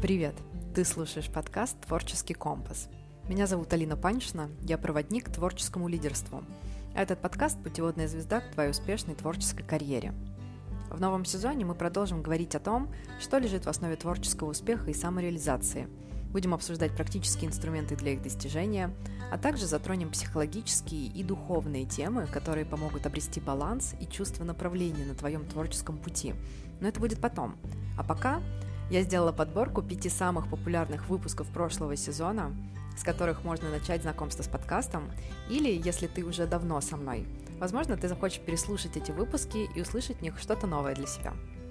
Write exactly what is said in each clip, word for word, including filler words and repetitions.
Привет! Ты слушаешь подкаст «Творческий компас». Меня зовут Алина Паншина, я проводник к творческому лидерству. А этот подкаст – путеводная звезда к твоей успешной творческой карьере. В новом сезоне мы продолжим говорить о том, что лежит в основе творческого успеха и самореализации. Будем обсуждать практические инструменты для их достижения, а также затронем психологические и духовные темы, которые помогут обрести баланс и чувство направления на твоем творческом пути. Но это будет потом. А пока я сделала подборку пяти самых популярных выпусков прошлого сезона, с которых можно начать знакомство с подкастом, или, если ты уже давно со мной, возможно, ты захочешь переслушать эти выпуски и услышать в них что-то новое для себя.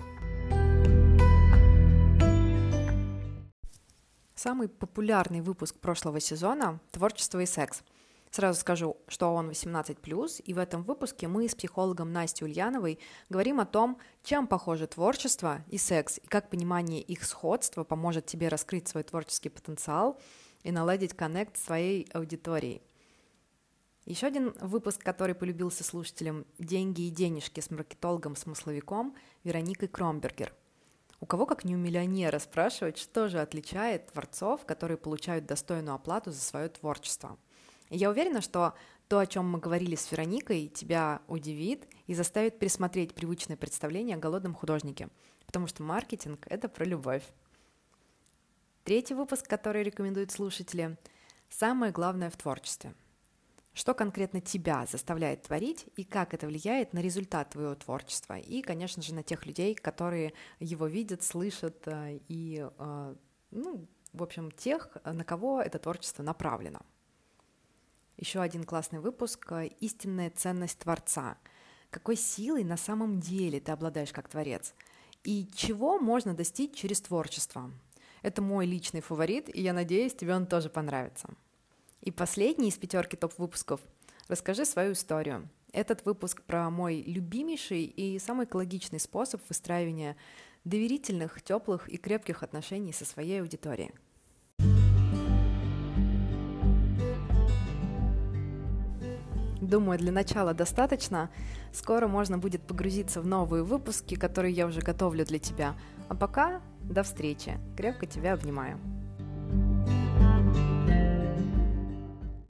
Самый популярный выпуск прошлого сезона – «Творчество и секс». Сразу скажу, что он восемнадцать плюс, и в этом выпуске мы с психологом Настей Ульяновой говорим о том, чем похожи творчество и секс, и как понимание их сходства поможет тебе раскрыть свой творческий потенциал и наладить коннект с своей аудиторией. Еще один выпуск, который полюбился слушателям – «Деньги и денежки» с маркетологом-смысловиком Вероникой Кромбергер. У кого, как не у миллионера, спрашивать, что же отличает творцов, которые получают достойную оплату за свое творчество. И я уверена, что то, о чем мы говорили с Вероникой, тебя удивит и заставит пересмотреть привычное представление о голодном художнике, потому что маркетинг – это про любовь. Третий выпуск, который рекомендуют слушатели – «Самое главное в творчестве». Что конкретно тебя заставляет творить и как это влияет на результат твоего творчества и, конечно же, на тех людей, которые его видят, слышат и, ну, в общем, тех, на кого это творчество направлено. Еще один классный выпуск «Истинная ценность творца». Какой силой на самом деле ты обладаешь как творец? И чего можно достичь через творчество? Это мой личный фаворит, и я надеюсь, тебе он тоже понравится. И последний из пятерки топ-выпусков «Расскажи свою историю». Этот выпуск про мой любимейший и самый экологичный способ выстраивания доверительных, теплых и крепких отношений со своей аудиторией. Думаю, для начала достаточно. Скоро можно будет погрузиться в новые выпуски, которые я уже готовлю для тебя. А пока до встречи. Крепко тебя обнимаю.